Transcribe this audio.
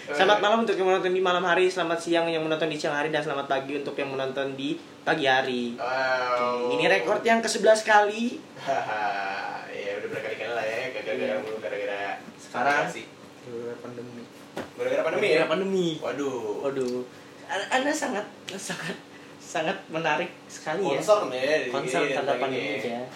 Selamat malam untuk yang menonton di malam hari, selamat siang yang menonton di siang hari, dan selamat pagi untuk yang menonton di pagi hari. Wow. Ini rekor yang ke-11 kali. Ya udah berkali-kali lah ya, gara-gara Sekarang sih. gara-gara pandemi. Gara-gara pandemi ya? Gara-gara pandemi. Waduh. Anda sangat menarik sekali ya. Concern ya. Concern terhadap pandemi ya.